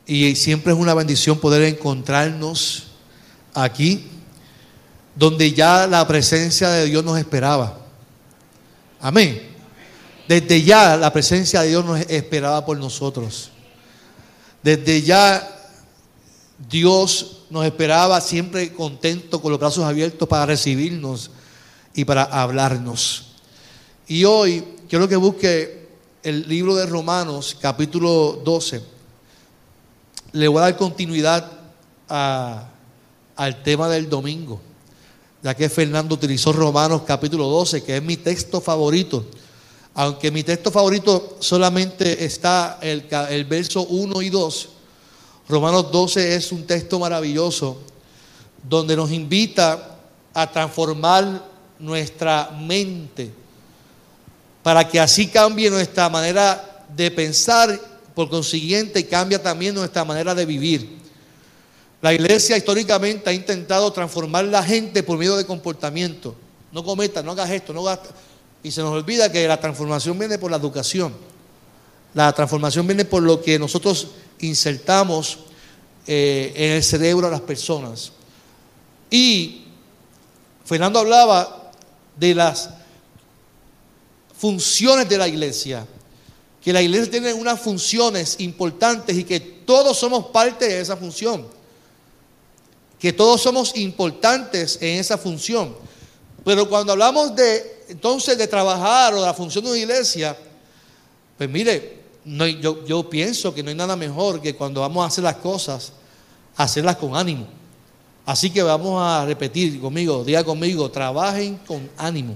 Y siempre es una bendición poder encontrarnos aquí, donde ya la presencia de Dios nos esperaba. Amén. Desde ya la presencia de Dios nos esperaba por nosotros. Desde ya Dios nos esperaba siempre contento, con los brazos abiertos para recibirnos y para hablarnos. Y hoy quiero que busque el libro de Romanos, capítulo 12. Le voy a dar continuidad al tema del domingo, ya que Fernando utilizó Romanos capítulo 12, que es mi texto favorito. Aunque mi texto favorito solamente está el verso 1 y 2, Romanos 12 es un texto maravilloso, donde nos invita a transformar nuestra mente, para que así cambie nuestra manera de pensar, por consiguiente cambia también nuestra manera de vivir. La iglesia históricamente ha intentado transformar la gente por medio de comportamiento. No cometas, no hagas esto, no gastes. Y se nos olvida que la transformación viene por la educación. La transformación viene por lo que nosotros insertamos en el cerebro de las personas. Y Fernando hablaba de las funciones de la iglesia, que la iglesia tiene unas funciones importantes y que todos somos parte de esa función, que todos somos importantes en esa función. Pero cuando hablamos entonces de trabajar o de la función de una iglesia, pues mire, yo pienso que no hay nada mejor que cuando vamos a hacer las cosas, hacerlas con ánimo. Así que vamos a repetir conmigo, diga conmigo, trabajen con ánimo.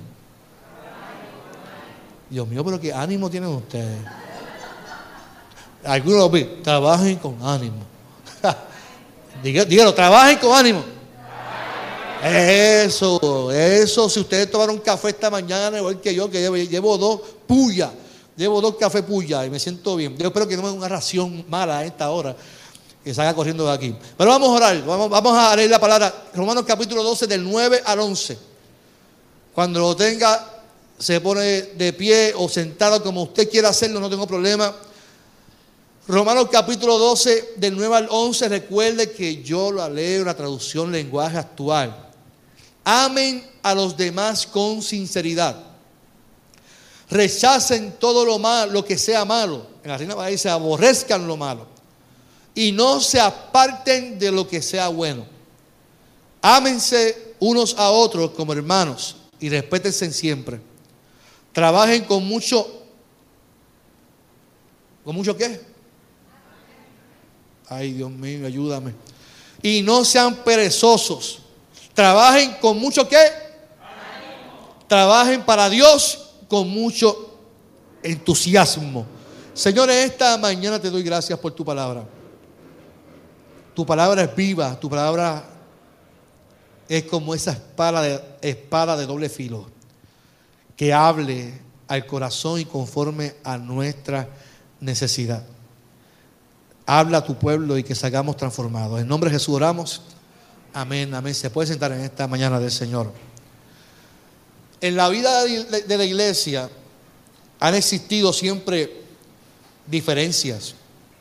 Dios mío, pero qué ánimo tienen ustedes. Algunos trabajen con ánimo. Dígalo, trabajen con ánimo. Eso, si ustedes tomaron café esta mañana, igual que yo, que llevo dos cafés puya y me siento bien. Yo espero que no me dé una ración mala a esta hora, que salga corriendo de aquí. Pero vamos a orar, vamos a leer la palabra, Romanos capítulo 12, del 9 al 11. Cuando lo tenga, se pone de pie o sentado como usted quiera hacerlo, no tengo problema. Romanos capítulo 12, del 9 al 11, recuerde que yo lo leo en la traducción lenguaje actual. Amen a los demás con sinceridad. Rechacen todo lo malo, lo que sea malo. En la Reina Valera dice, aborrezcan lo malo. Y no se aparten de lo que sea bueno. Ámense unos a otros como hermanos y respétense siempre. Trabajen con mucho. ¿Con mucho qué? Ay, Dios mío, ayúdame. Y no sean perezosos. Trabajen con mucho ¿qué? Trabajen para Dios con mucho entusiasmo. Señor, esta mañana te doy gracias por tu palabra. Tu palabra es viva, tu palabra es como esa espada de doble filo, que hable al corazón y conforme a nuestra necesidad. Habla a tu pueblo y que salgamos transformados. En nombre de Jesús oramos. Amén, amén. Se puede sentar en esta mañana del Señor. En la vida de la iglesia han existido siempre diferencias.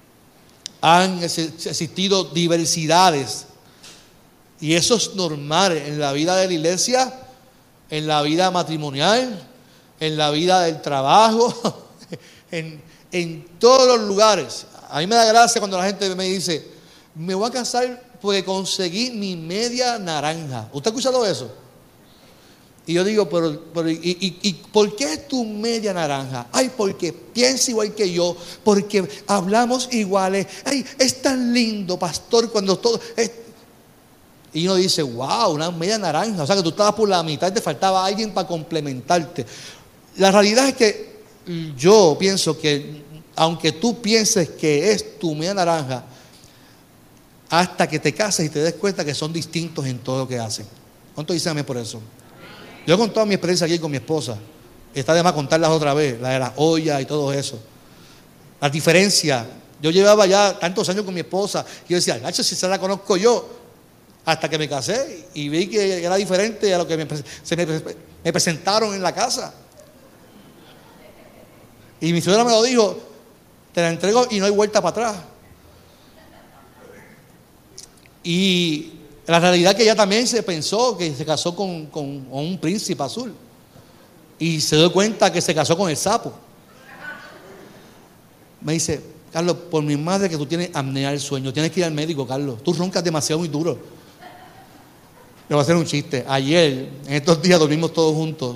Han existido diversidades. Y eso es normal en la vida de la iglesia, en la vida matrimonial, en la vida del trabajo, en todos los lugares. A mí me da gracia cuando la gente me dice, me voy a casar porque conseguí mi media naranja. ¿Usted ha escuchado eso? Y yo digo, ¿y por qué es tu media naranja? Ay, porque piensa igual que yo, porque hablamos iguales. Ay, es tan lindo, pastor, cuando todo... Y uno dice, wow, una media naranja. O sea, que tú estabas por la mitad y te faltaba alguien para complementarte. La realidad es que yo pienso que, aunque tú pienses que es tu media naranja, hasta que te cases y te des cuenta que son distintos en todo lo que hacen. ¿Cuánto dicen amén por eso? Yo he contado mi experiencia aquí con mi esposa. Está de más contarlas otra vez, la de las ollas y todo eso. La diferencia. Yo llevaba ya tantos años con mi esposa y yo decía, Nacho, si se la conozco yo, hasta que me casé y vi que era diferente a lo que me presentaron en la casa. Y mi suegra me lo dijo, te la entrego y no hay vuelta para atrás. Y la realidad es que ella también se pensó que se casó con un príncipe azul. Y se dio cuenta que se casó con el sapo. Me dice: Carlos, por mi madre que tú tienes apnea del sueño, tienes que ir al médico, Carlos. Tú roncas demasiado muy duro. Le voy a hacer un chiste. Ayer, en estos días, dormimos todos juntos.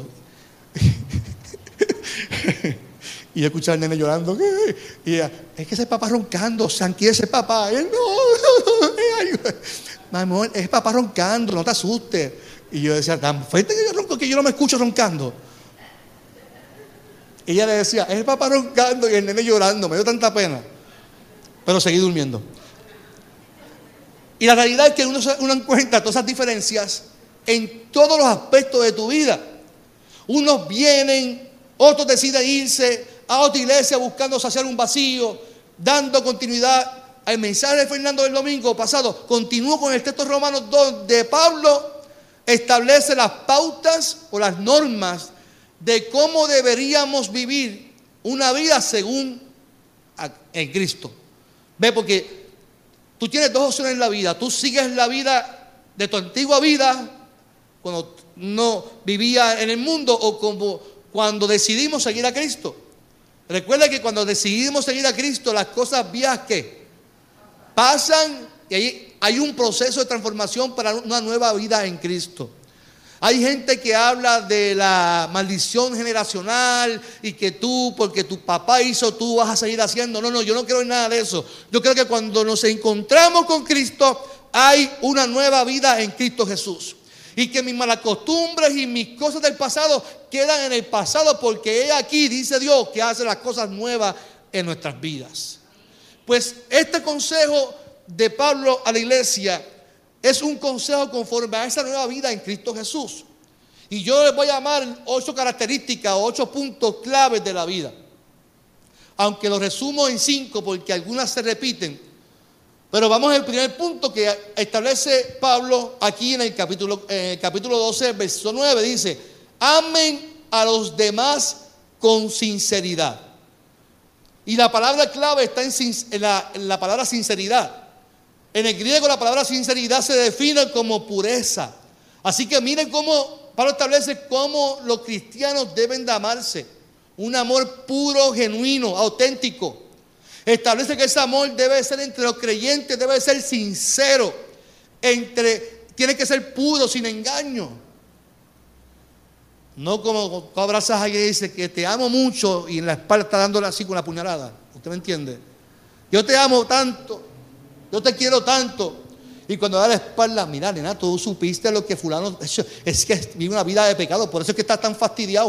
Y yo escuchaba al nene llorando. Y ella: es que ese papá roncando, sanquía ese papá. Y él: no. Mi amor, es papá roncando, no te asustes. Y yo decía: tan fuerte que yo ronco que yo no me escucho roncando. Ella le decía: es el papá roncando, y el nene llorando. Me dio tanta pena. Pero seguí durmiendo. Y la realidad es que uno encuentra todas esas diferencias en todos los aspectos de tu vida. Unos vienen, otros deciden irse a otra iglesia buscando saciar un vacío, dando continuidad al mensaje de Fernando del domingo pasado. Continúo con el texto de Romanos 2, donde Pablo establece las pautas o las normas de cómo deberíamos vivir una vida según en Cristo. Ve, porque tú tienes dos opciones en la vida. Tú sigues la vida de tu antigua vida, cuando no vivía en el mundo, o como cuando decidimos seguir a Cristo. Recuerda que cuando decidimos seguir a Cristo, las cosas viejas ¿qué? Pasan, y ahí hay un proceso de transformación para una nueva vida en Cristo. Hay gente que habla de la maldición generacional y que tú, porque tu papá hizo, tú vas a seguir haciendo. No, yo no creo en nada de eso. Yo creo que cuando nos encontramos con Cristo, hay una nueva vida en Cristo Jesús. Y que mis malas costumbres y mis cosas del pasado quedan en el pasado, porque he aquí, dice Dios, que hace las cosas nuevas en nuestras vidas. Pues este consejo de Pablo a la iglesia es un consejo conforme a esa nueva vida en Cristo Jesús. Y yo les voy a llamar 8 características o 8 puntos claves de la vida. Aunque los resumo en 5 porque algunas se repiten. Pero vamos al primer punto que establece Pablo aquí en el capítulo 12, verso 9. Dice: amen a los demás con sinceridad. Y la palabra clave está en la palabra sinceridad. En el griego la palabra sinceridad se define como pureza. Así que miren cómo Pablo establece cómo los cristianos deben de amarse. Un amor puro, genuino, auténtico. Establece que ese amor debe ser entre los creyentes, debe ser sincero. Tiene que ser puro, sin engaño. No como tú abrazas a alguien y dices que te amo mucho y en la espalda está dándole así con la puñalada. ¿Usted me entiende? Yo te amo tanto. Yo te quiero tanto. Y cuando da la espalda: mira, nena, tú supiste lo que fulano. Es que vive una vida de pecado. Por eso es que está tan fastidiado.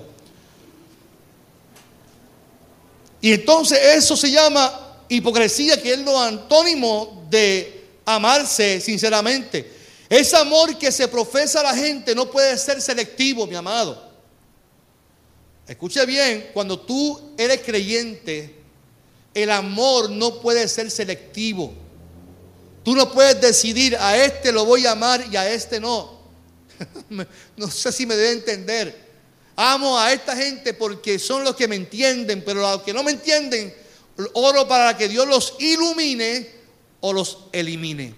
Y entonces eso se llama hipocresía, que es lo antónimo de amarse sinceramente. Ese amor que se profesa a la gente no puede ser selectivo, mi amado. Escuche bien, cuando tú eres creyente, el amor no puede ser selectivo. Tú no puedes decidir: a este lo voy a amar y a este no. No sé si me debe entender. Amo a esta gente porque son los que me entienden, pero a los que no me entienden, oro para que Dios los ilumine o los elimine.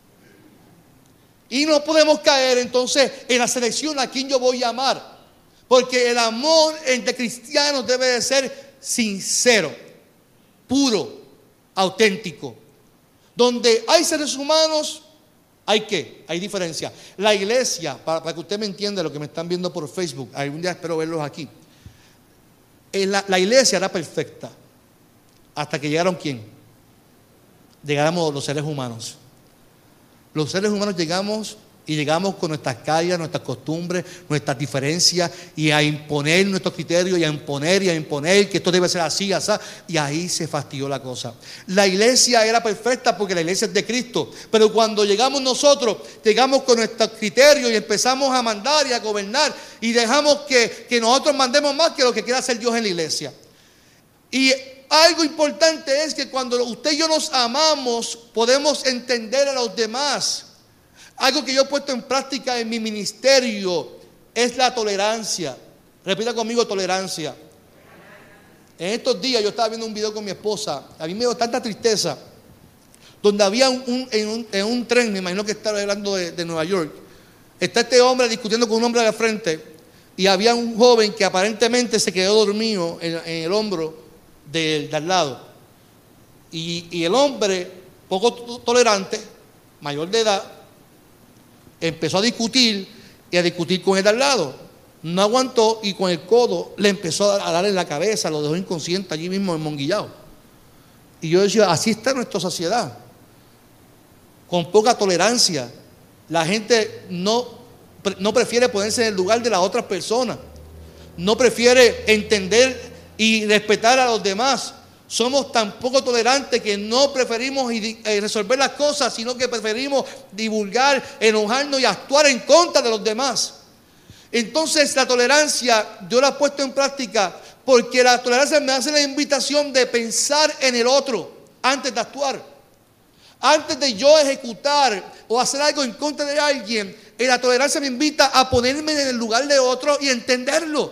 Y no podemos caer entonces en la selección a quién yo voy a amar, porque el amor entre cristianos debe de ser sincero, puro, auténtico. Donde hay seres humanos, ¿hay qué? Hay diferencia. La iglesia, para que usted me entienda, lo que me están viendo por Facebook, algún día espero verlos aquí. La iglesia era perfecta hasta que llegaron ¿quién? Llegamos los seres humanos. Los seres humanos llegamos con nuestras calles, nuestras costumbres, nuestras diferencias, y a imponer nuestros criterios, y a imponer que esto debe ser así, así, y ahí se fastidió la cosa. La iglesia era perfecta porque la iglesia es de Cristo, pero cuando llegamos nosotros, llegamos con nuestros criterios y empezamos a mandar y a gobernar, y dejamos que nosotros mandemos más que lo que quiera hacer Dios en la iglesia. Y algo importante es que cuando usted y yo nos amamos, podemos entender a los demás. Algo que yo he puesto en práctica en mi ministerio es la tolerancia. Repita conmigo: tolerancia. En estos días yo estaba viendo un video con mi esposa. A mí me dio tanta tristeza donde había en un tren, me imagino que estaba hablando de Nueva York, está este hombre discutiendo con un hombre de la frente, y había un joven que aparentemente se quedó dormido en el hombro de al lado. Y el hombre, poco tolerante, mayor de edad, empezó a discutir con el de al lado. No aguantó y con el codo le empezó a dar en la cabeza, lo dejó inconsciente allí mismo en Monguillao. Y yo decía, así está nuestra sociedad, con poca tolerancia. La gente no prefiere ponerse en el lugar de las otras personas, no prefiere entender y respetar a los demás. Somos tan poco tolerantes que no preferimos resolver las cosas, sino que preferimos divulgar, enojarnos y actuar en contra de los demás. Entonces la tolerancia yo la he puesto en práctica porque la tolerancia me hace la invitación de pensar en el otro antes de actuar. Antes de yo ejecutar o hacer algo en contra de alguien, la tolerancia me invita a ponerme en el lugar de otro y entenderlo.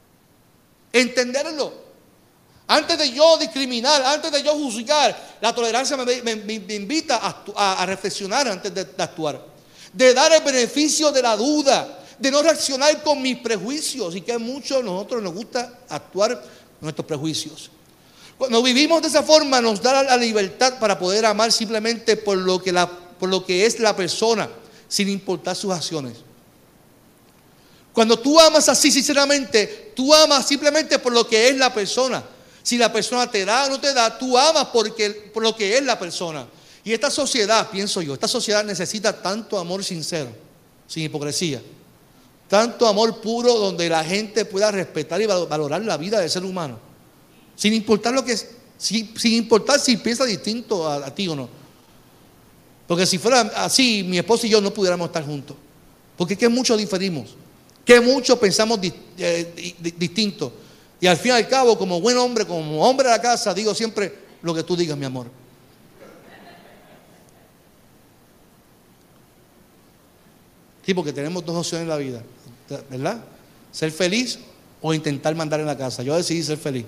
Antes de yo discriminar, antes de yo juzgar, la tolerancia me invita a reflexionar antes de actuar. De dar el beneficio de la duda, de no reaccionar con mis prejuicios. Y que a muchos nosotros nos gusta actuar con nuestros prejuicios. Cuando vivimos de esa forma nos da la libertad para poder amar simplemente por lo que es la persona, sin importar sus acciones. Cuando tú amas así sinceramente, tú amas simplemente por lo que es la persona. Si la persona te da o no te da, tú amas por lo que es la persona. Y esta sociedad, pienso yo, esta sociedad necesita tanto amor sincero, sin hipocresía. Tanto amor puro donde la gente pueda respetar y valorar la vida del ser humano. Sin importar sin importar si piensa distinto a ti o no. Porque si fuera así, mi esposo y yo no pudiéramos estar juntos. Porque es que mucho diferimos. Que mucho pensamos distinto. Y al fin y al cabo, como buen hombre, como hombre de la casa, digo siempre lo que tú digas, mi amor. Sí, porque tenemos dos opciones en la vida, ¿verdad? Ser feliz o intentar mandar en la casa. Yo decidí ser feliz.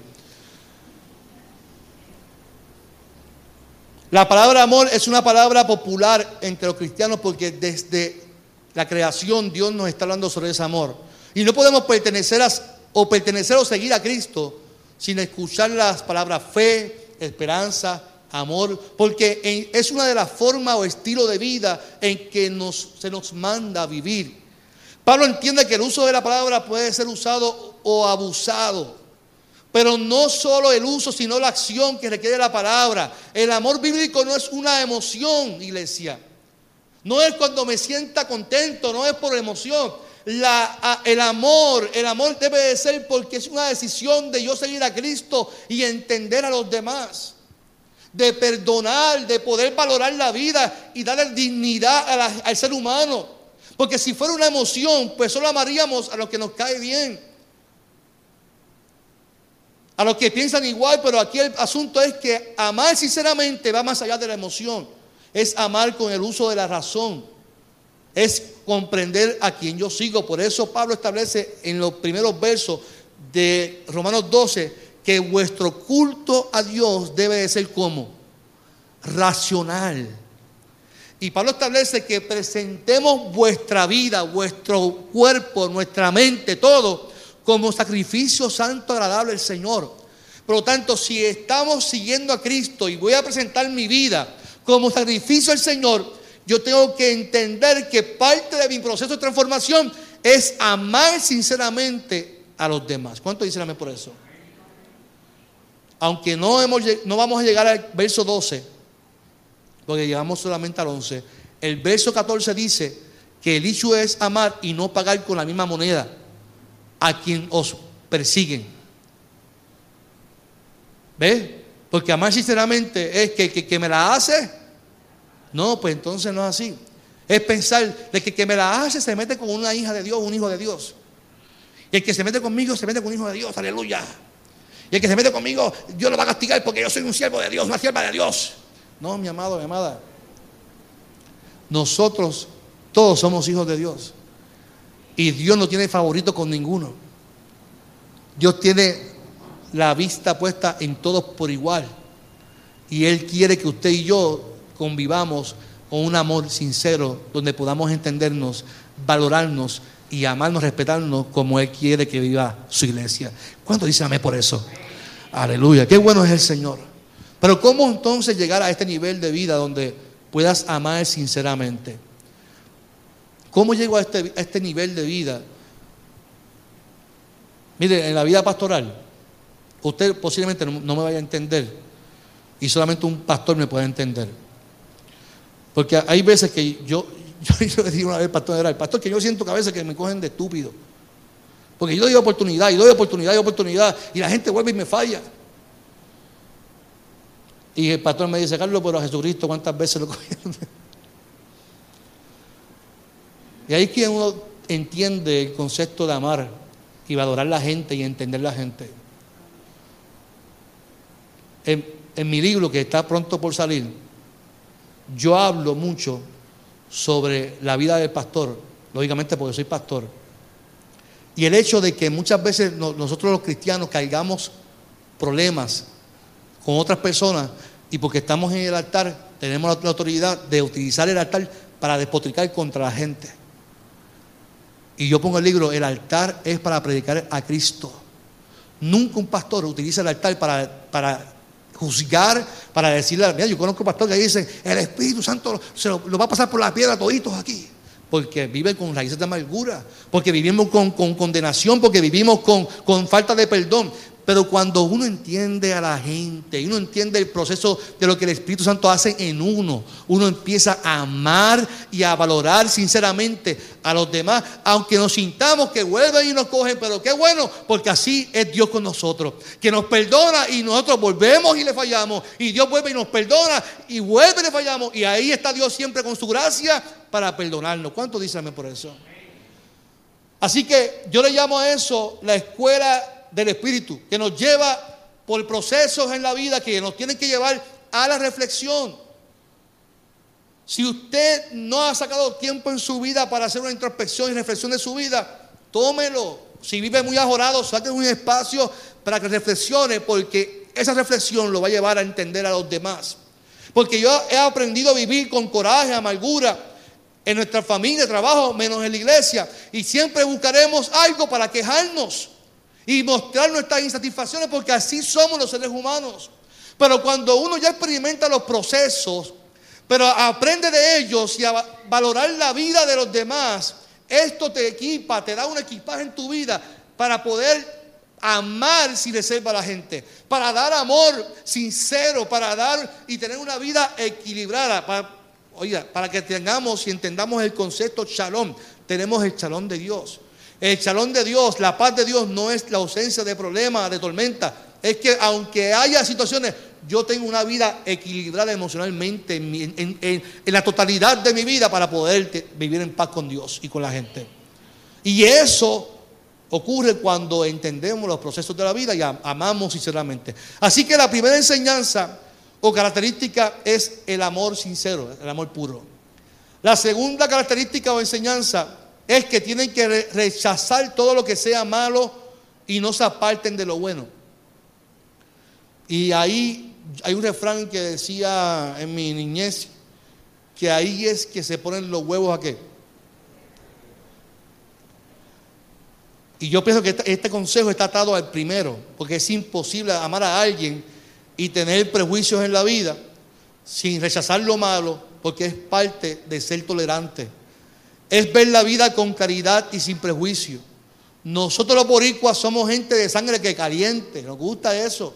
La palabra amor es una palabra popular entre los cristianos porque desde la creación Dios nos está hablando sobre ese amor. Y no podemos pertenecer o seguir a Cristo sin escuchar las palabras fe, esperanza, amor, porque es una de las formas o estilos de vida en que se nos manda a vivir. Pablo entiende que el uso de la palabra puede ser usado o abusado, pero no solo el uso, sino la acción que requiere la palabra. El amor bíblico no es una emoción, iglesia. No es cuando me sienta contento, no es por emoción. El amor debe de ser porque es una decisión de yo seguir a Cristo y entender a los demás, de perdonar, de poder valorar la vida y darle dignidad al ser humano. Porque si fuera una emoción, pues solo amaríamos a los que nos cae bien, a los que piensan igual. Pero aquí el asunto es que amar sinceramente va más allá de la emoción. Es amar con el uso de la razón, es comprender a quien yo sigo. Por eso Pablo establece en los primeros versos de Romanos 12 que vuestro culto a Dios debe de ser como racional. Y Pablo establece que presentemos vuestra vida, vuestro cuerpo, nuestra mente, todo como sacrificio santo, agradable al Señor. Por lo tanto, si estamos siguiendo a Cristo y voy a presentar mi vida como sacrificio al Señor, yo tengo que entender que parte de mi proceso de transformación es amar sinceramente a los demás. ¿Cuánto dicen amén por eso? Aunque no vamos a llegar al verso 12, porque llegamos solamente al 11. El verso 14 dice que el hecho es amar y no pagar con la misma moneda a quien os persiguen. ¿Ves? Porque amar sinceramente es que me la hace. No, pues entonces no es así. Es pensar de que me la hace se mete con una hija de Dios, un hijo de Dios. Y el que se mete conmigo se mete con un hijo de Dios, aleluya. Y el que se mete conmigo, Dios lo va a castigar porque yo soy un siervo de Dios, una sierva de Dios. No, mi amado, mi amada. Nosotros todos somos hijos de Dios. Y Dios no tiene favorito con ninguno. Dios tiene la vista puesta en todos por igual. Y Él quiere que usted y yo convivamos con un amor sincero, donde podamos entendernos, valorarnos y amarnos, respetarnos como Él quiere que viva su iglesia. ¿Cuánto dicen amén por eso? Aleluya, qué bueno es el Señor. Pero ¿cómo entonces llegar a este nivel de vida donde puedas amar sinceramente? ¿Cómo llego a este nivel de vida? Mire, en la vida pastoral, usted posiblemente no me vaya a entender y solamente un pastor me puede entender. Porque hay veces que yo le digo una vez al pastor general, pastor, que yo siento que a veces que me cogen de estúpido. Porque yo doy oportunidad y la gente vuelve y me falla. Y el pastor me dice, Carlos, pero a Jesucristo ¿cuántas veces lo cogieron? Y ahí es que uno entiende el concepto de amar y valorar la gente y entender la gente. En mi libro, que está pronto por salir, yo hablo mucho sobre la vida del pastor, lógicamente porque soy pastor. Y el hecho de que muchas veces nosotros los cristianos caigamos problemas con otras personas y porque estamos en el altar, tenemos la autoridad de utilizar el altar para despotricar contra la gente. Y yo pongo el libro, el altar es para predicar a Cristo. Nunca un pastor utiliza el altar para juzgar, para decirle, mira, yo conozco pastores que dicen, el Espíritu Santo lo va a pasar por la piedra toditos aquí. Porque viven con raíces de amargura, porque vivimos con condenación, porque vivimos con falta de perdón. Pero cuando uno entiende a la gente y uno entiende el proceso de lo que el Espíritu Santo hace en uno empieza a amar y a valorar sinceramente a los demás, aunque nos sintamos que vuelven y nos cogen, pero qué bueno, porque así es Dios con nosotros, que nos perdona y nosotros volvemos y le fallamos, y Dios vuelve y nos perdona y vuelve y le fallamos, y ahí está Dios siempre con su gracia para perdonarnos. ¿Cuánto dicen amén por eso? Así que yo le llamo a eso la escuela del Espíritu, que nos lleva por procesos en la vida que nos tienen que llevar a la reflexión. Si usted no ha sacado tiempo en su vida para hacer una introspección y reflexión de su vida, tómelo. Si vive muy ajorado, saque un espacio para que reflexione, porque esa reflexión lo va a llevar a entender a los demás. Porque yo he aprendido a vivir con coraje, amargura en nuestra familia, trabajo, menos en la iglesia, y siempre buscaremos algo para quejarnos y mostrar nuestras insatisfacciones, porque así somos los seres humanos. Pero cuando uno ya experimenta los procesos, pero aprende de ellos y a valorar la vida de los demás, esto te equipa, te da un equipaje en tu vida para poder amar sin reserva a la gente, para dar amor sincero, para dar y tener una vida equilibrada, para que tengamos y entendamos el concepto shalom. Tenemos el shalom de Dios. El shalom de Dios, la paz de Dios no es la ausencia de problemas, de tormenta. Es que aunque haya situaciones, yo tengo una vida equilibrada emocionalmente en la totalidad de mi vida para poder vivir en paz con Dios y con la gente. Y eso ocurre cuando entendemos los procesos de la vida y amamos sinceramente. Así que la primera enseñanza o característica es el amor sincero, el amor puro. La segunda característica o enseñanza es que tienen que rechazar todo lo que sea malo y no se aparten de lo bueno. Y ahí hay un refrán que decía en mi niñez, que ahí es que se ponen los huevos a qué. Y yo pienso que este consejo está atado al primero, porque es imposible amar a alguien y tener prejuicios en la vida sin rechazar lo malo, porque es parte de ser tolerante. Es ver la vida con caridad y sin prejuicio. Nosotros los boricuas somos gente de sangre que caliente, nos gusta eso.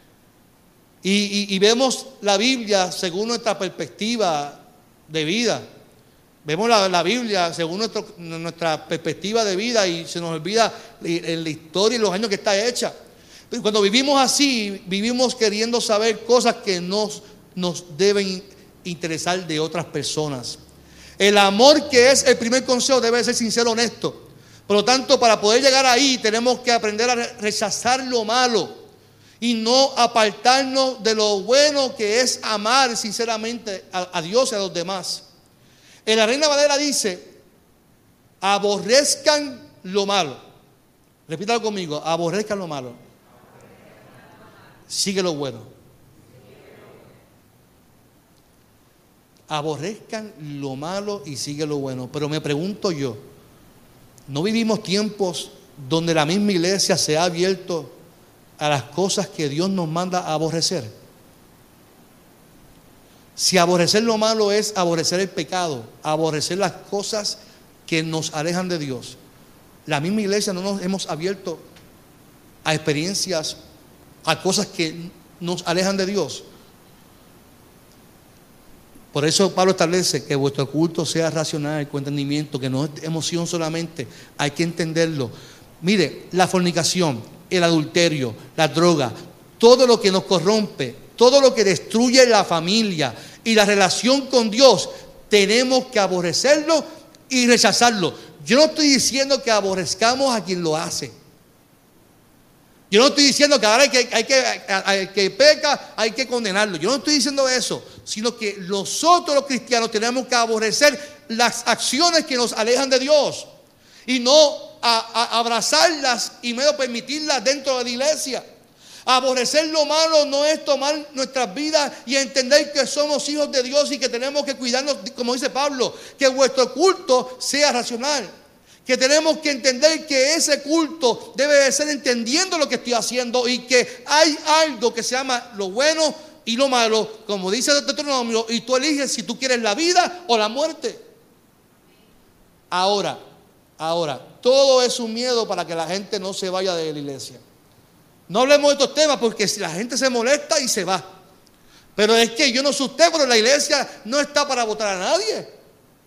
Y vemos la Biblia según nuestra perspectiva de vida. Vemos la Biblia según nuestra perspectiva de vida y se nos olvida en la historia y los años que está hecha. Pero cuando vivimos así, vivimos queriendo saber cosas que nos deben interesar de otras personas. El amor, que es el primer consejo, debe ser sincero, honesto. Por lo tanto, para poder llegar ahí, tenemos que aprender a rechazar lo malo y no apartarnos de lo bueno, que es amar sinceramente a Dios y a los demás. En la Reina Valera dice, aborrezcan lo malo. Repítalo conmigo, aborrezcan lo malo. Sigue lo bueno. Aborrezcan lo malo y sigue lo bueno. Pero me pregunto yo, ¿no vivimos tiempos donde la misma iglesia se ha abierto a las cosas que Dios nos manda a aborrecer? Si aborrecer lo malo es aborrecer el pecado, aborrecer las cosas que nos alejan de Dios, la misma iglesia no nos hemos abierto a experiencias, a cosas que nos alejan de Dios. Por eso Pablo establece que vuestro culto sea racional, con entendimiento, que no es emoción solamente, hay que entenderlo. Mire, la fornicación, el adulterio, la droga, todo lo que nos corrompe, todo lo que destruye la familia y la relación con Dios, tenemos que aborrecerlo y rechazarlo. Yo no estoy diciendo que aborrezcamos a quien lo hace. Yo no estoy diciendo que ahora hay que peca, hay que condenarlo. Yo no estoy diciendo eso, sino que nosotros los cristianos tenemos que aborrecer las acciones que nos alejan de Dios y no abrazarlas y medio permitirlas dentro de la iglesia. Aborrecer lo malo no es tomar nuestras vidas y entender que somos hijos de Dios y que tenemos que cuidarnos, como dice Pablo, que vuestro culto sea racional. Que tenemos que entender que ese culto debe de ser entendiendo lo que estoy haciendo y que hay algo que se llama lo bueno y lo malo, como dice Deuteronomio, y tú eliges si tú quieres la vida o la muerte. Ahora, todo es un miedo para que la gente no se vaya de la iglesia. No hablemos de estos temas porque si la gente se molesta y se va. Pero es que yo no sé usted, pero la iglesia no está para votar a nadie.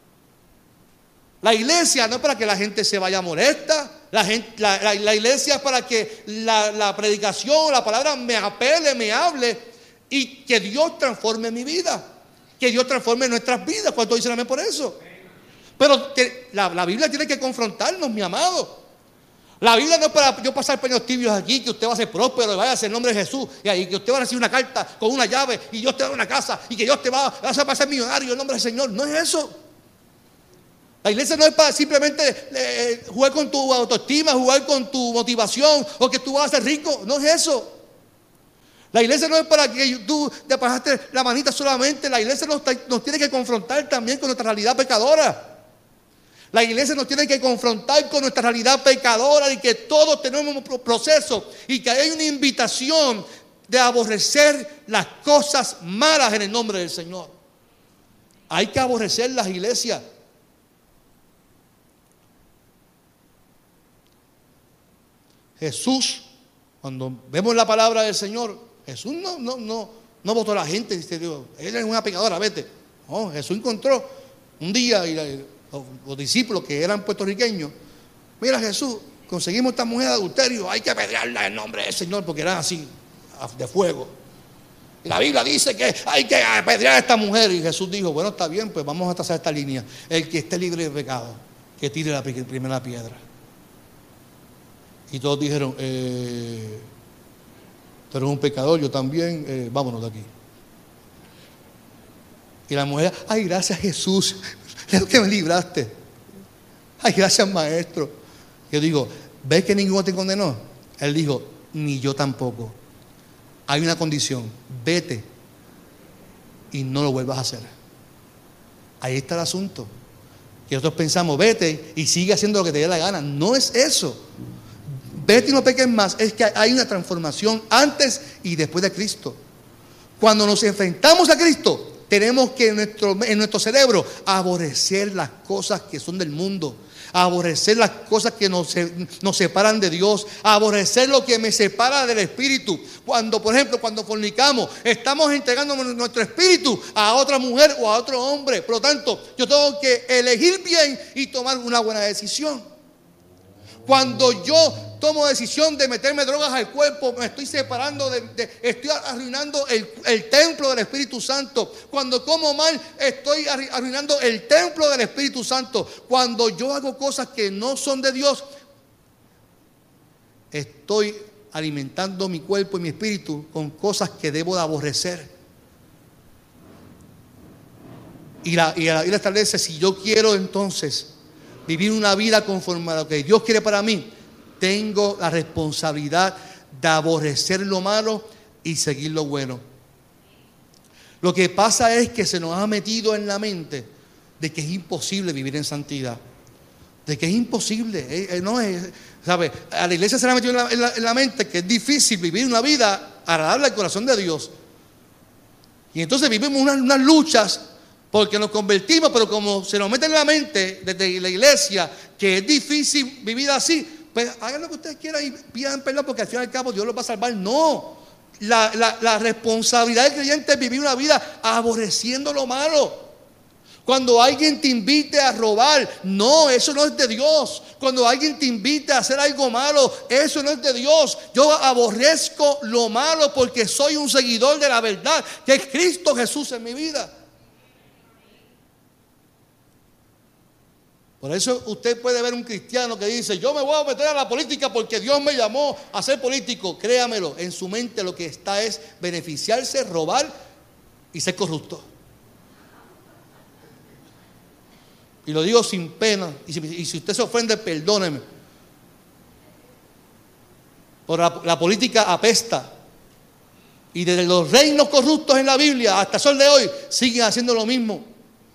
La iglesia no es para que la gente se vaya molesta. La iglesia es para que la predicación, la palabra me apele, me hable y que Dios transforme mi vida. Que Dios transforme nuestras vidas. ¿Cuánto dicen amén por eso? Pero la Biblia tiene que confrontarnos, mi amado. La Biblia no es para yo pasar paños tibios aquí, que usted va a ser próspero y vaya a ser el nombre de Jesús, y ahí que usted va a recibir una carta con una llave y Dios te da una casa y que Dios te va a hacer millonario en el nombre del Señor. No es eso. La iglesia no es para simplemente jugar con tu autoestima, jugar con tu motivación o que tú vas a ser rico. No es eso. La iglesia no es para que tú te pasaste la manita solamente. La iglesia nos tiene que confrontar también con nuestra realidad pecadora. La iglesia nos tiene que confrontar con nuestra realidad pecadora y que todos tenemos un proceso y que hay una invitación de aborrecer las cosas malas en el nombre del Señor. Hay que aborrecer las iglesias. Jesús, cuando vemos la palabra del Señor, Jesús no votó a la gente y dice, Dios, él es una pecadora, vete. No, Jesús encontró un día y los discípulos que eran puertorriqueños, mira Jesús, conseguimos esta mujer de adulterio, hay que apedrearla en nombre del Señor porque eran así, de fuego. Y la Biblia dice que hay que apedrear a esta mujer y Jesús dijo, bueno, está bien, pues vamos a trazar esta línea. El que esté libre de pecado, que tire la primera piedra. Y todos dijeron, tú eres un pecador, yo también, vámonos de aquí. Y la mujer, ay, gracias Jesús, es que me libraste. Ay, gracias maestro. Yo digo, ¿ves que ninguno te condenó? Él dijo, ni yo tampoco. Hay una condición, vete y no lo vuelvas a hacer. Ahí está el asunto. Que nosotros pensamos, vete y sigue haciendo lo que te dé la gana. No es eso. Vete y no peques más. Es que hay una transformación antes y después de Cristo. Cuando nos enfrentamos a Cristo, tenemos que en nuestro cerebro aborrecer las cosas que son del mundo, aborrecer las cosas que nos separan de Dios, aborrecer lo que me separa del Espíritu. Por ejemplo, cuando fornicamos, estamos entregando nuestro espíritu a otra mujer o a otro hombre. Por lo tanto, yo tengo que elegir bien y tomar una buena decisión. Cuando yo tomo decisión de meterme drogas al cuerpo, me estoy separando, estoy arruinando el templo del Espíritu Santo. Cuando como mal, estoy arruinando el templo del Espíritu Santo. Cuando yo hago cosas que no son de Dios, estoy alimentando mi cuerpo y mi espíritu con cosas que debo de aborrecer. Y la Biblia establece, si yo quiero entonces vivir una vida conforme a lo que Dios quiere para mí, tengo la responsabilidad de aborrecer lo malo y seguir lo bueno. Lo que pasa es que se nos ha metido en la mente de que es imposible vivir en santidad. De que es imposible. No es, ¿sabe? A la iglesia se le ha metido en la mente que es difícil vivir una vida agradable al corazón de Dios. Y entonces vivimos unas luchas porque nos convertimos, pero como se nos mete en la mente desde la iglesia que es difícil vivir así, pues hagan lo que ustedes quieran y pidan perdón porque al fin y al cabo Dios los va a salvar. No. La responsabilidad del creyente es vivir una vida aborreciendo lo malo. Cuando alguien te invite a robar, no, eso no es de Dios. Cuando alguien te invite a hacer algo malo, eso no es de Dios. Yo aborrezco lo malo porque soy un seguidor de la verdad, que es Cristo Jesús en mi vida. Por eso usted puede ver un cristiano que dice: yo me voy a meter a la política porque Dios me llamó a ser político. Créamelo, en su mente lo que está es beneficiarse, robar y ser corrupto. Y lo digo sin pena. Y si usted se ofende, perdóneme. Por la política apesta. Y desde los reinos corruptos en la Biblia hasta el sol de hoy siguen haciendo lo mismo.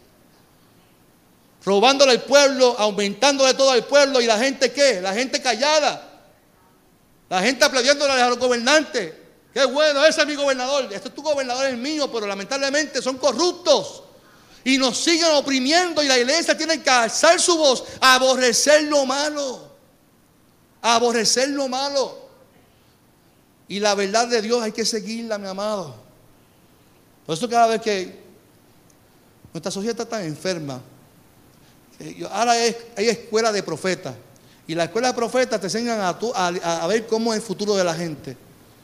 Robándole al pueblo, aumentándole todo al pueblo. ¿Y la gente qué? La gente callada. La gente aplaudiéndole a los gobernantes. Qué bueno, ese es mi gobernador. Este es tu gobernador, es el mío. Pero lamentablemente son corruptos. Y nos siguen oprimiendo. Y la iglesia tiene que alzar su voz. A aborrecer lo malo. A aborrecer lo malo. Y la verdad de Dios hay que seguirla, mi amado. Por eso cada vez que nuestra sociedad está tan enferma, ahora hay escuela de profetas. Y la escuela de profetas te enseñan a ver cómo es el futuro de la gente.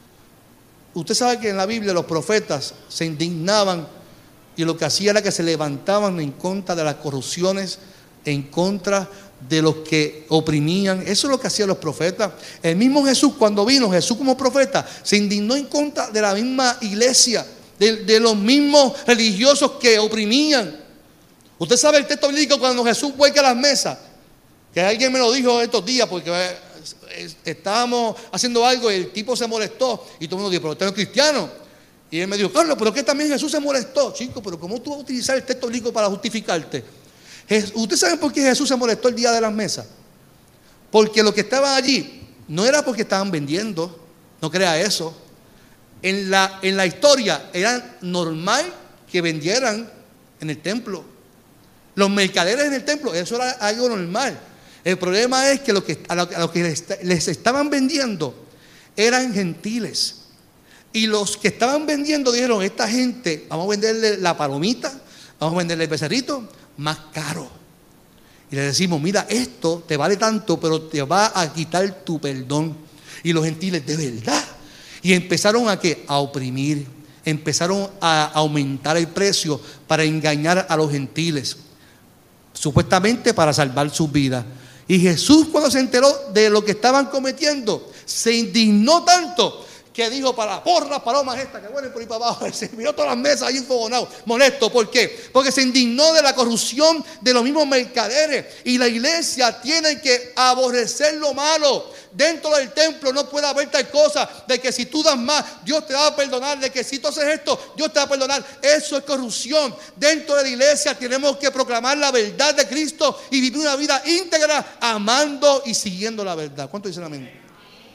Usted sabe que en la Biblia los profetas se indignaban y lo que hacían era que se levantaban en contra de las corrupciones, en contra de los que oprimían. Eso es lo que hacían los profetas. El mismo Jesús, cuando vino Jesús como profeta, se indignó en contra de la misma iglesia, de los mismos religiosos que oprimían. Usted sabe el texto bíblico cuando Jesús vuelca a las mesas, que alguien me lo dijo estos días porque estábamos haciendo algo y el tipo se molestó y todo el mundo dijo: pero usted no es cristiano. Y él me dijo: Carlos, pero que también Jesús se molestó. Chico, pero ¿cómo tú vas a utilizar el texto bíblico para justificarte? ¿Usted sabe por qué Jesús se molestó el día de las mesas? Porque los que estaban allí no era porque estaban vendiendo, no crea eso. En la historia era normal que vendieran en el templo. Los mercaderes en el templo, eso era algo normal. El problema es que a los que les estaban vendiendo eran gentiles. Y los que estaban vendiendo dijeron: esta gente, vamos a venderle la palomita, vamos a venderle el becerrito más caro. Y le decimos: mira, esto te vale tanto, pero te va a quitar tu perdón. Y los gentiles: ¿de verdad? Y empezaron a oprimir, empezaron a aumentar el precio para engañar a los gentiles, supuestamente para salvar sus vidas. Y Jesús, cuando se enteró de lo que estaban cometiendo, se indignó tanto que dijo: para porras, palomas estas que vuelven por ahí para abajo. Se miró todas las mesas ahí enfogonados, molesto. ¿Por qué? Porque se indignó de la corrupción de los mismos mercaderes. Y la iglesia tiene que aborrecer lo malo. Dentro del templo no puede haber tal cosa de que si tú das más, Dios te va a perdonar. De que si tú haces esto, Dios te va a perdonar. Eso es corrupción. Dentro de la iglesia tenemos que proclamar la verdad de Cristo y vivir una vida íntegra, amando y siguiendo la verdad. ¿Cuánto dicen amén?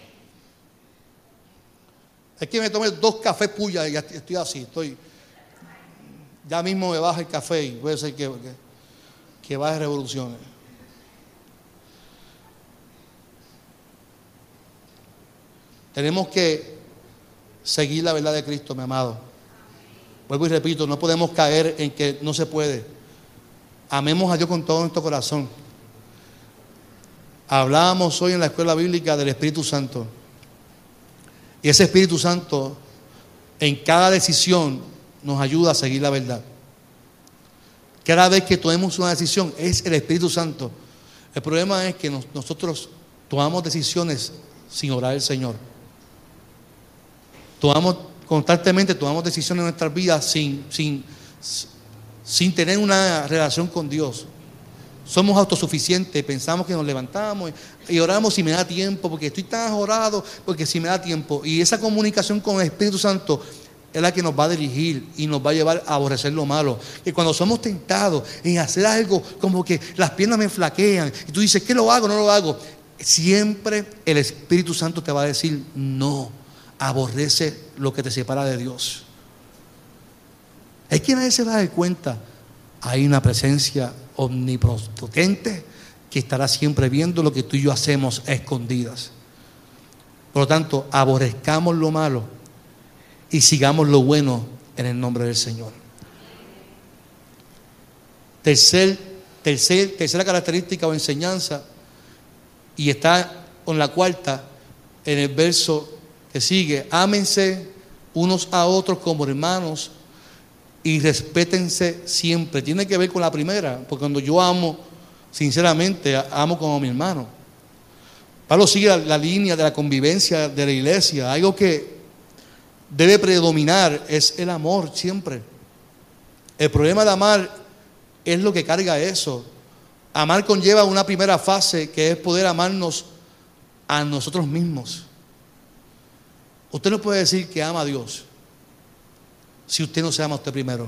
Es que me tomé 2 cafés puya y ya estoy así. Ya mismo me baja el café y puede ser que baje revoluciones. Tenemos que seguir la verdad de Cristo, mi amado. Vuelvo y repito, no podemos caer en que no se puede. Amemos a Dios con todo nuestro corazón. Hablábamos hoy en la escuela bíblica del Espíritu Santo. Y ese Espíritu Santo en cada decisión nos ayuda a seguir la verdad. Cada vez que tomemos una decisión es el Espíritu Santo. El problema es que nosotros tomamos decisiones sin orar al Señor. Constantemente tomamos decisiones en nuestras vidas sin tener una relación con Dios. Somos autosuficientes, pensamos que nos levantamos y oramos si me da tiempo, porque estoy tan ajorado, porque si me da tiempo. Y esa comunicación con el Espíritu Santo es la que nos va a dirigir y nos va a llevar a aborrecer lo malo. Y cuando somos tentados en hacer algo, como que las piernas me flaquean y tú dices, ¿qué lo hago? No lo hago. Siempre el Espíritu Santo te va a decir, no, aborrece lo que te separa de Dios. Es que nadie se va a dar cuenta. Hay una presencia omnipotente que estará siempre viendo lo que tú y yo hacemos a escondidas. Por lo tanto, aborrezcamos lo malo y sigamos lo bueno en el nombre del Señor. Tercera característica o enseñanza, y está con la cuarta en el verso que sigue: ámense unos a otros como hermanos y respétense siempre. Tiene que ver con la primera, porque cuando yo amo, sinceramente, amo como mi hermano. Pablo sigue la línea de la convivencia de la iglesia. Algo que debe predominar es el amor siempre. El problema de amar es lo que carga eso. Amar conlleva una primera fase, que es poder amarnos a nosotros mismos. Usted no puede decir que ama a Dios si usted no se ama a usted primero.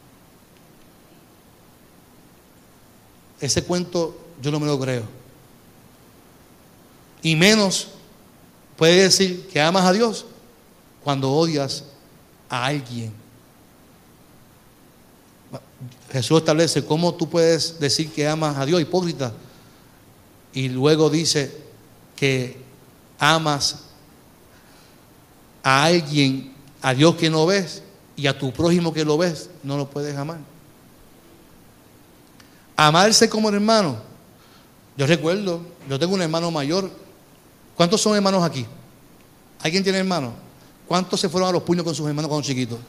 Ese cuento yo no me lo creo. Y menos puede decir que amas a Dios cuando odias a alguien. Jesús establece cómo tú puedes decir que amas a Dios, hipócrita, y luego dice que amas a alguien, a Dios que no ves, y a tu prójimo que lo ves, no lo puedes amar. Amarse como hermano. Yo recuerdo, yo tengo un hermano mayor. ¿Cuántos son hermanos aquí? ¿Alguien tiene hermanos? ¿Cuántos se fueron a los puños con sus hermanos cuando chiquitos?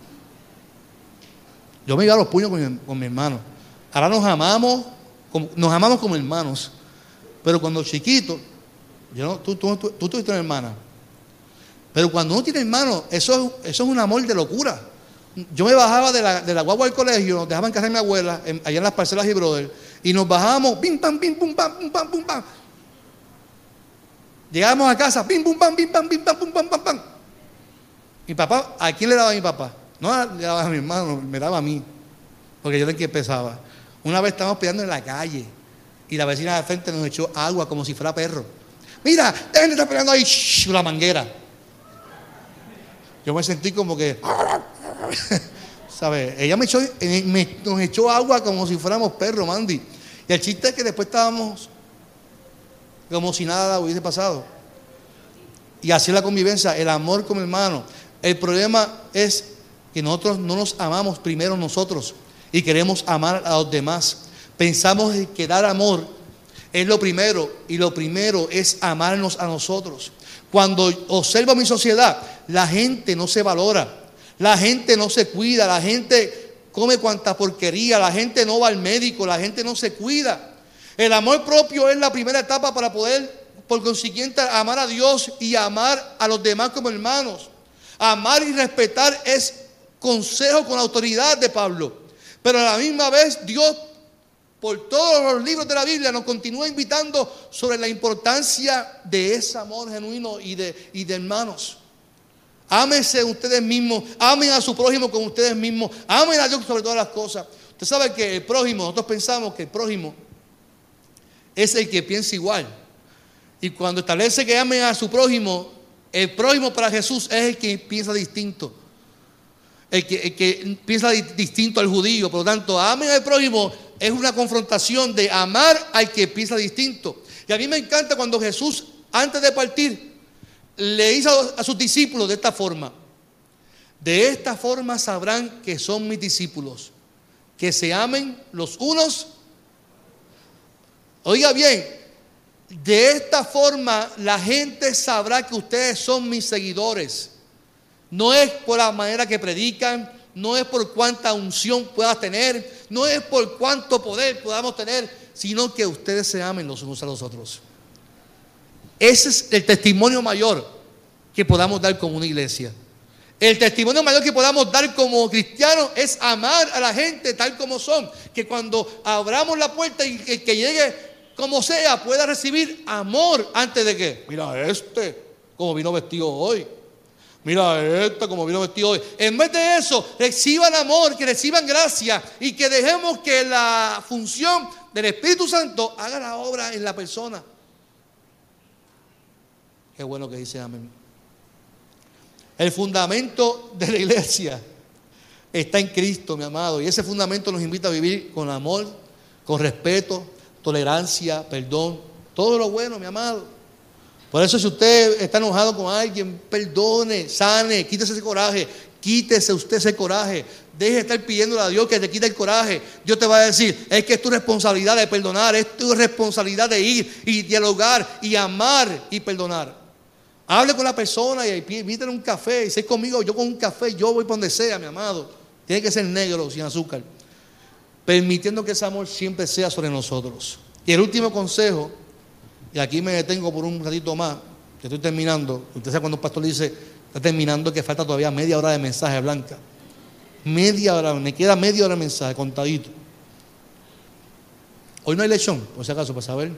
Yo me iba a los puños con mi hermano. Ahora nos amamos como hermanos. Pero cuando chiquito, tú tuviste una hermana. Pero cuando uno tiene hermano, eso es un amor de locura. Yo me bajaba de la guagua del colegio, nos dejaban en casa de mi abuela, allá en las parcelas y brother, y nos bajábamos, pim, pam, pim, pum, pam, pum, pam, pum, pam. Llegábamos a casa, pim, pum, pam, pim, pam, pim, pam, pum, pam, pam, pam. Mi papá, ¿a quién le daba a mi papá? No le daba a mi hermano, me daba a mí, porque yo era el que empezaba. Una vez estábamos peleando en la calle y la vecina de frente nos echó agua como si fuera perro. Mira, dejen de estar peleando ahí, la manguera. Yo me sentí como que, ¿sabes? Ella nos echó agua como si fuéramos perros, Mandy. Y el chiste es que después estábamos como si nada hubiese pasado. Y así es la convivencia, el amor como hermano. El problema es que nosotros no nos amamos primero nosotros y queremos amar a los demás. Pensamos que dar amor es lo primero, y lo primero es amarnos a nosotros. Cuando observo mi sociedad, la gente no se valora, la gente no se cuida, la gente come cuanta porquería, la gente no va al médico, la gente no se cuida. El amor propio es la primera etapa para poder, por consiguiente, amar a Dios y amar a los demás como hermanos. Amar y respetar es consejo con autoridad de Pablo. Pero a la misma vez, Dios, por todos los libros de la Biblia, nos continúa invitando sobre la importancia de ese amor genuino y de hermanos. Ámense ustedes mismos, amen a su prójimo como ustedes mismos, amen a Dios sobre todas las cosas. Usted sabe que el prójimo, nosotros pensamos que el prójimo es el que piensa igual. Y cuando establece que amen a su prójimo, el prójimo para Jesús es el que piensa distinto. El que piensa distinto al judío. Por lo tanto, amen al prójimo es una confrontación de amar al que piensa distinto. Y a mí me encanta cuando Jesús, antes de partir, le hizo a sus discípulos de esta forma: de esta forma sabrán que son mis discípulos, que se amen los unos. Oiga bien, de esta forma la gente sabrá que ustedes son mis seguidores. No es por la manera que predican, no es por cuánta unción puedas tener, no es por cuánto poder podamos tener, sino que ustedes se amen los unos a los otros. Ese es el testimonio mayor que podamos dar como una iglesia. El testimonio mayor que podamos dar como cristianos es amar a la gente tal como son. Que cuando abramos la puerta y que llegue como sea, pueda recibir amor antes de que, mira como vino vestido hoy. Mira esto, como vino vestido hoy. En vez de eso, reciban amor, que reciban gracia y que dejemos que la función del Espíritu Santo haga la obra en la persona. Qué bueno que dice amén. El fundamento de la iglesia está en Cristo, mi amado. Y ese fundamento nos invita a vivir con amor, con respeto, tolerancia, perdón. Todo lo bueno, mi amado. Por eso si usted está enojado con alguien, perdone, sane, quítese ese coraje. Quítese usted ese coraje. Deje de estar pidiéndole a Dios que te quite el coraje. Dios te va a decir, es que es tu responsabilidad de perdonar. Es tu responsabilidad de ir y dialogar y amar y perdonar. Hable con la persona y invítale un café. Y sé conmigo, yo con un café, yo voy por donde sea, mi amado. Tiene que ser negro, sin azúcar. Permitiendo que ese amor siempre sea sobre nosotros. Y el último consejo, y aquí me detengo por un ratito más, que estoy terminando. Usted sabe cuando un pastor dice, está terminando, que falta todavía media hora de mensaje, Blanca. Media hora, me queda media hora de mensaje, contadito. Hoy no hay lechón, por si acaso, para saber.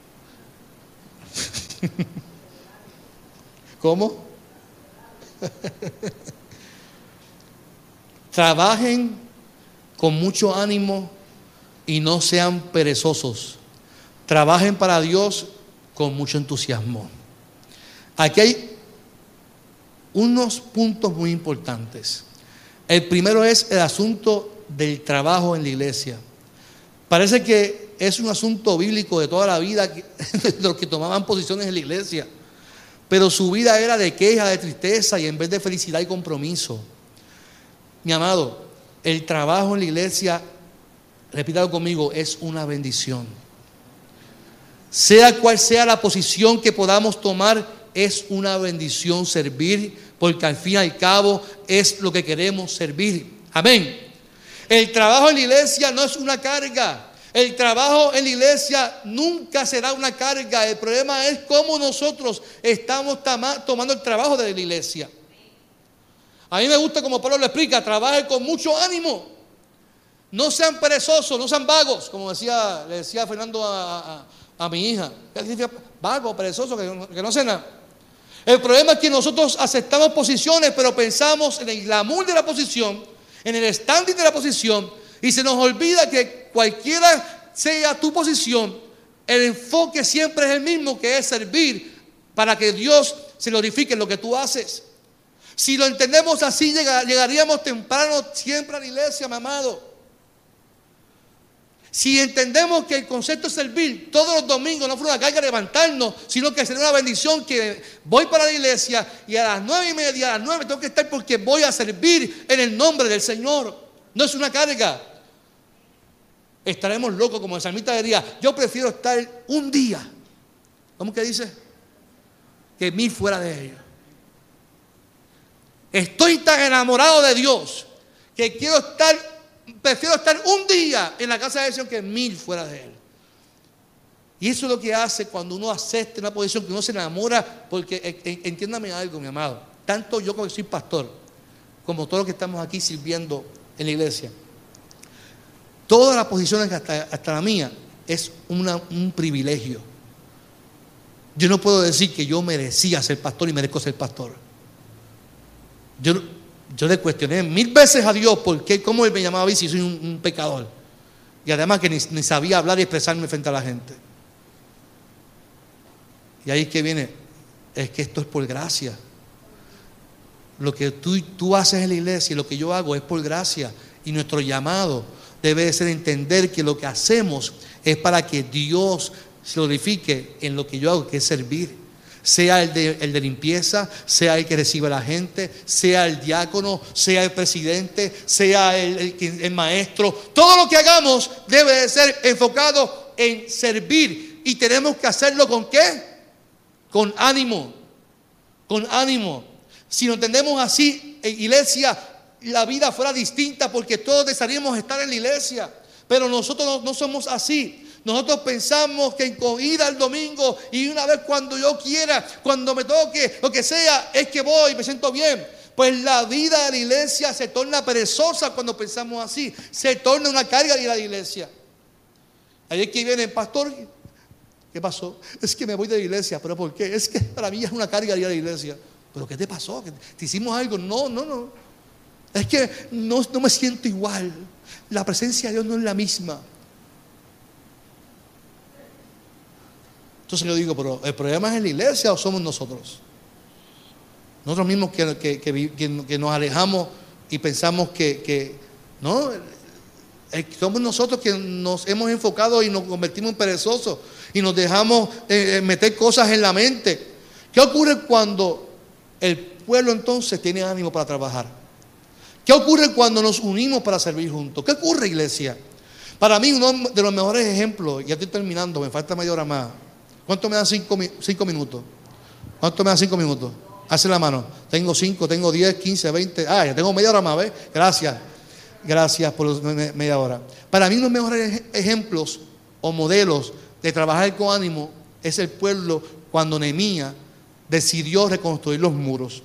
¿Cómo? Trabajen con mucho ánimo y no sean perezosos. Trabajen para Dios con mucho entusiasmo. Aquí hay unos puntos muy importantes. El primero es el asunto del trabajo en la iglesia. Parece que es un asunto bíblico de toda la vida de los que tomaban posiciones en la iglesia. Pero su vida era de queja, de tristeza y en vez de felicidad y compromiso. Mi amado, el trabajo en la iglesia, repítalo conmigo, es una bendición. Sea cual sea la posición que podamos tomar, es una bendición servir, porque al fin y al cabo es lo que queremos servir. Amén. El trabajo en la iglesia no es una carga. El trabajo en la iglesia nunca será una carga. El problema es cómo nosotros estamos tomando el trabajo de la iglesia. A mí me gusta como Pablo lo explica, trabaje con mucho ánimo. No sean perezosos, no sean vagos, como le decía Fernando a mi hija. ¿Qué significa vago, perezoso, que no sé nada? El problema es que nosotros aceptamos posiciones, pero pensamos en el glamour de la posición, en el standing de la posición, y se nos olvida que cualquiera sea tu posición, el enfoque siempre es el mismo, que es servir para que Dios se glorifique en lo que tú haces. Si lo entendemos así, llegaríamos temprano siempre a la iglesia, mi amado. Si entendemos que el concepto de servir todos los domingos no fue una carga de levantarnos, sino que será una bendición que voy para la iglesia y a las 9:30, a las 9 tengo que estar porque voy a servir en el nombre del Señor. No es una carga. Estaremos locos como el salmista diría, yo prefiero estar un día, ¿cómo que dice? Que 1000 fuera de ellos. Estoy tan enamorado de Dios que prefiero estar un día en la casa de Dios que 1000 fuera de Él. Y eso es lo que hace cuando uno acepta una posición, que uno se enamora, porque entiéndame algo, mi amado, tanto yo que soy pastor, como todos los que estamos aquí sirviendo en la iglesia, todas las posiciones, hasta la mía, es un privilegio. Yo no puedo decir que yo merecía ser pastor y merezco ser pastor. Yo le cuestioné 1000 veces a Dios cómo Él me llamaba a mí si soy un pecador. Y además que ni sabía hablar y expresarme frente a la gente. Y ahí es que viene, es que esto es por gracia. Lo que tú haces en la iglesia y lo que yo hago es por gracia. Y nuestro llamado debe de ser entender que lo que hacemos es para que Dios se glorifique en lo que yo hago, que es servir. Sea el de limpieza, sea el que recibe a la gente, sea el diácono, sea el presidente, sea el maestro. Todo lo que hagamos debe de ser enfocado en servir. Y tenemos que hacerlo ¿con qué? Con ánimo. Con ánimo. Si lo entendemos así, en iglesia, la vida fuera distinta porque todos desearíamos estar en la iglesia. Pero nosotros no somos así. Nosotros pensamos que con ir al domingo y una vez cuando yo quiera, cuando me toque, lo que sea, es que voy y me siento bien. Pues la vida de la iglesia se torna perezosa cuando pensamos así. Se torna una carga ir a la iglesia. Ahí es que viene el pastor. ¿Qué pasó? Es que me voy de la iglesia. ¿Pero por qué? Es que para mí es una carga ir a la iglesia. ¿Pero qué te pasó? ¿Te hicimos algo? No. Es que no me siento igual. La presencia de Dios no es la misma. Entonces yo digo, pero ¿el problema es en la iglesia o somos nosotros? Nosotros mismos que nos alejamos y pensamos que no, somos nosotros que nos hemos enfocado y nos convertimos en perezosos y nos dejamos meter cosas en la mente. ¿Qué ocurre cuando el pueblo entonces tiene ánimo para trabajar? ¿Qué ocurre cuando nos unimos para servir juntos? ¿Qué ocurre, iglesia? Para mí uno de los mejores ejemplos, ya estoy terminando, me falta media hora más. ¿Cuánto me dan 5 minutos? ¿Cuánto me dan 5 minutos? Hace la mano. Tengo 5, tengo 10, 15, 20. Ya tengo media hora más, ¿ves? Gracias por media hora. Para mí los mejores ejemplos o modelos de trabajar con ánimo es el pueblo cuando Nehemías decidió reconstruir los muros.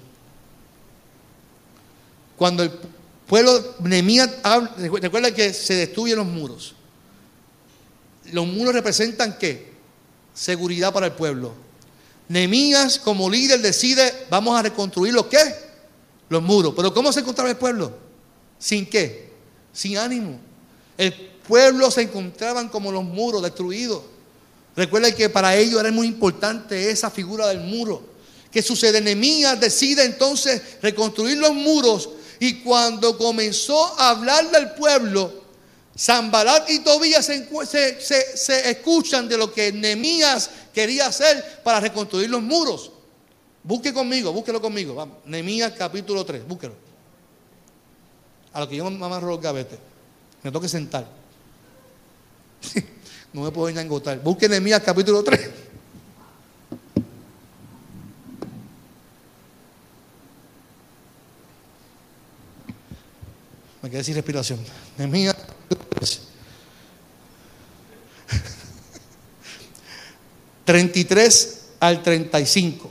Cuando el pueblo, Nehemías, recuerda que se destruyen los muros. Los muros representan ¿qué? Seguridad para el pueblo. Nehemías como líder decide, vamos a reconstruir ¿los qué? Los muros. Pero ¿cómo se encontraba el pueblo? ¿Sin qué? Sin ánimo. El pueblo se encontraban como los muros destruidos. Recuerda que para ellos era muy importante esa figura del muro. ¿Qué sucede? Nehemías decide entonces reconstruir los muros. Y cuando comenzó a hablarle al pueblo, Sanbalat y Tobías se escuchan de lo que Nehemías quería hacer para reconstruir los muros. Búsquelo conmigo. Vamos. Nehemías capítulo 3, búsquelo. A lo que yo me amarro los gavetes. Me tengo que sentar. No me puedo ir a engotar. Busque Nehemías capítulo 3. Me quedé sin respiración. Nehemías 33 al 35.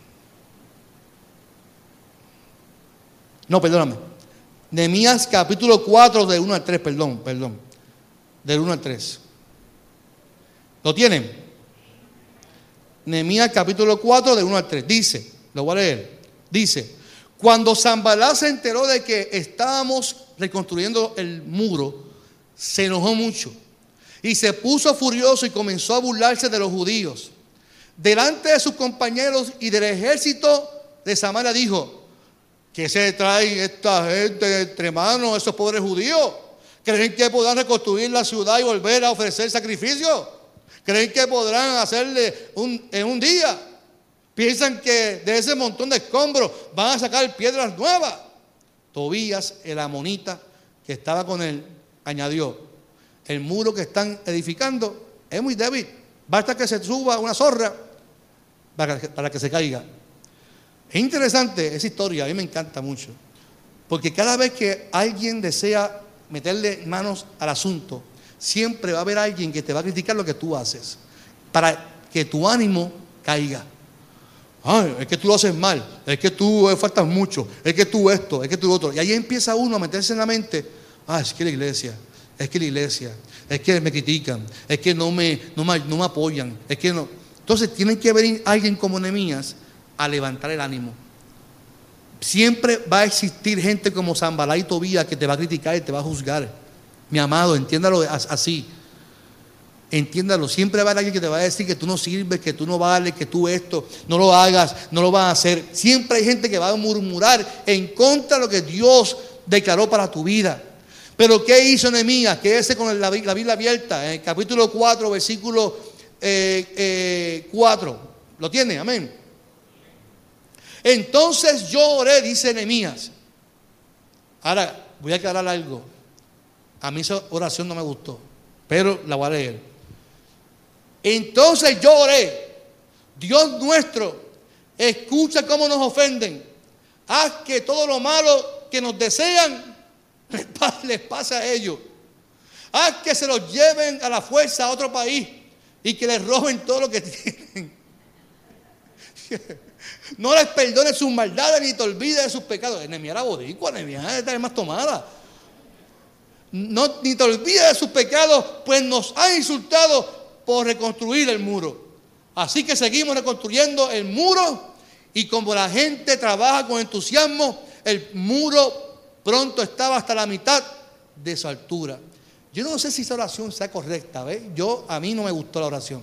No, perdóname. Nehemías capítulo 4 del 1 al 3, perdón. Del 1 al 3. ¿Lo tienen? Nehemías capítulo 4 del 1 al 3. Dice, lo voy a leer. Dice, cuando Sanbalat se enteró de que estábamos reconstruyendo el muro, se enojó mucho y se puso furioso y comenzó a burlarse de los judíos. Delante de sus compañeros y del ejército de Samaria dijo, ¿qué se trae esta gente entre manos, esos pobres judíos? ¿Creen que podrán reconstruir la ciudad y volver a ofrecer sacrificios? ¿Creen que podrán hacerle en un día? ¿Piensan que de ese montón de escombros van a sacar piedras nuevas? Tobías, el amonita que estaba con él, añadió, el muro que están edificando es muy débil. Basta que se suba una zorra para que se caiga. Es interesante esa historia, a mí me encanta mucho. Porque cada vez que alguien desea meterle manos al asunto, siempre va a haber alguien que te va a criticar lo que tú haces, para que tu ánimo caiga. Ay, es que tú lo haces mal, es que tú faltas mucho, es que tú esto, es que tú lo otro. Y ahí empieza uno a meterse en la mente, es que la iglesia, es que me critican, es que no me apoyan, es que no. Entonces tiene que venir alguien como Nehemías a levantar el ánimo. Siempre va a existir gente como Sanbalat y Tobías que te va a criticar y te va a juzgar. Mi amado, entiéndalo así. Entiéndalo, siempre va a haber alguien que te va a decir que tú no sirves, que tú no vales, que tú esto, no lo hagas, no lo vas a hacer. Siempre hay gente que va a murmurar en contra de lo que Dios declaró para tu vida. Pero ¿qué hizo Nehemías? Quédese con la Biblia abierta, en el capítulo 4, versículo 4. ¿Lo tiene? Amén. Entonces yo oré, dice Nehemías. Ahora, voy a aclarar algo. A mí esa oración no me gustó, pero la voy a leer. Entonces yo oré, Dios nuestro, escucha cómo nos ofenden. Haz que todo lo malo que nos desean les pase a ellos. Haz que se los lleven a la fuerza a otro país y que les roben todo lo que tienen. No les perdones sus maldades ni te olvides de sus pecados. Nehemías era boricua, Nehemías está más tomada. No, ni te olvides de sus pecados, pues nos han insultado por reconstruir el muro. Así que seguimos reconstruyendo el muro Y como la gente trabaja con entusiasmo, el muro pronto estaba hasta la mitad de su altura. Yo no sé si esa oración sea correcta, ¿ves? A mí no me gustó la oración.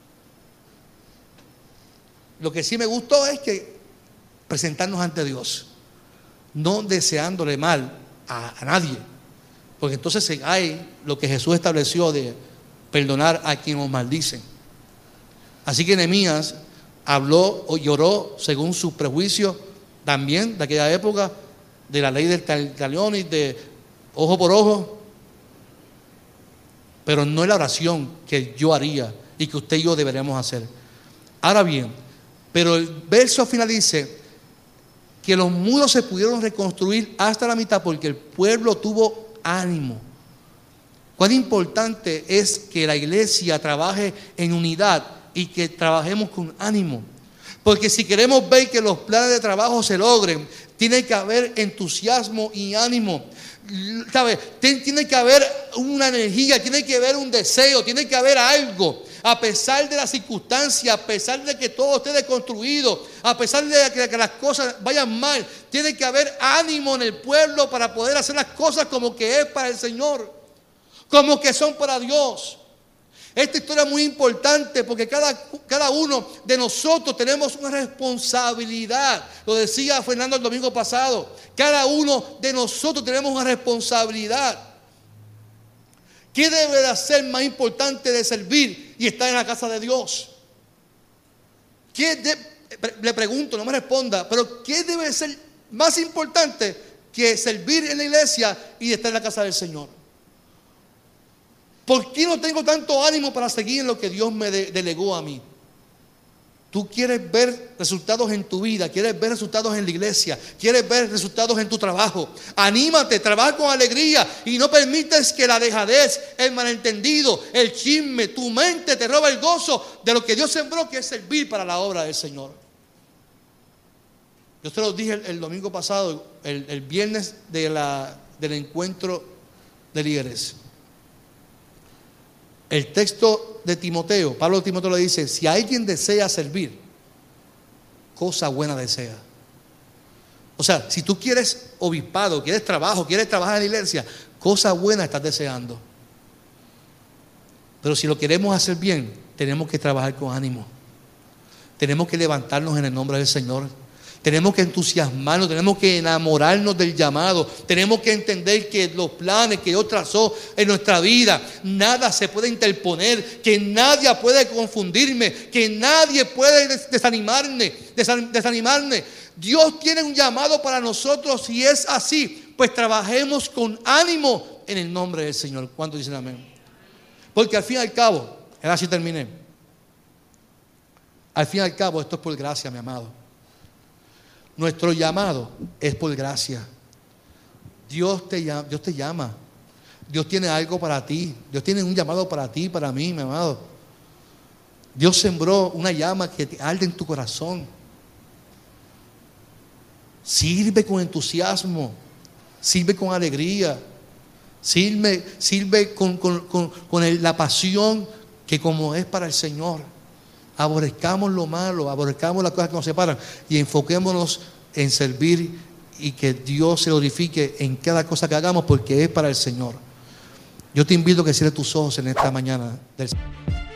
Lo que sí me gustó es que presentarnos ante Dios, no deseándole mal a nadie, porque entonces hay lo que Jesús estableció de perdonar a quienes nos maldicen. Así que Nehemías habló o lloró según sus prejuicios también de aquella época, de la ley del talionis, de ojo por ojo, pero no es la oración que yo haría y que usted y yo deberíamos hacer. Ahora bien, pero el verso final dice que los muros se pudieron reconstruir hasta la mitad porque el pueblo tuvo ánimo. Cuán importante es que la iglesia trabaje en unidad y que trabajemos con ánimo. Porque si queremos ver que los planes de trabajo se logren, tiene que haber entusiasmo y ánimo. ¿Sabe? Tiene que haber una energía, tiene que haber un deseo, tiene que haber algo. A pesar de las circunstancias, a pesar de que todo esté deconstruido, a pesar de que las cosas vayan mal, tiene que haber ánimo en el pueblo para poder hacer las cosas como que es para el Señor, como que son para Dios. Esta historia es muy importante porque cada uno de nosotros tenemos una responsabilidad. Lo decía Fernando el domingo pasado. Cada uno de nosotros tenemos una responsabilidad. ¿Qué debe de ser más importante de servir y estar en la casa de Dios? Le pregunto, no me responda, pero ¿qué debe ser más importante que servir en la iglesia y estar en la casa del Señor? ¿Por qué no tengo tanto ánimo para seguir en lo que Dios me delegó a mí? Tú quieres ver resultados en tu vida, quieres ver resultados en la iglesia, quieres ver resultados en tu trabajo. Anímate, trabaja con alegría y no permites que la dejadez, el malentendido, el chisme, tu mente te roba el gozo de lo que Dios sembró, que es servir para la obra del Señor. Yo te lo dije el domingo pasado, el viernes del encuentro de líderes. El texto de Timoteo, Pablo a Timoteo le dice: si alguien desea servir, cosa buena desea. O sea, si tú quieres obispado, quieres trabajo, quieres trabajar en la iglesia, cosa buena estás deseando. Pero si lo queremos hacer bien, tenemos que trabajar con ánimo. Tenemos que levantarnos en el nombre del Señor. Tenemos que entusiasmarnos, tenemos que enamorarnos del llamado. Tenemos que entender que los planes que Dios trazó en nuestra vida, nada se puede interponer, que nadie puede confundirme, que nadie puede desanimarme. Dios tiene un llamado para nosotros y es así, pues trabajemos con ánimo en el nombre del Señor. ¿Cuántos dicen amén? Porque al fin y al cabo, ahora sí terminé. Al fin y al cabo, esto es por gracia, mi amado. Nuestro llamado es por gracia. Dios te llama. Dios tiene algo para ti. Dios tiene un llamado para ti, para mí, mi amado. Dios sembró una llama que te arde en tu corazón. Sirve con entusiasmo. Sirve con alegría. Sirve con la pasión que como es para el Señor. Aborrezcamos lo malo, aborrezcamos las cosas que nos separan y enfoquémonos en servir y que Dios se glorifique en cada cosa que hagamos porque es para el Señor. Yo te invito a que cierres tus ojos en esta mañana del Señor.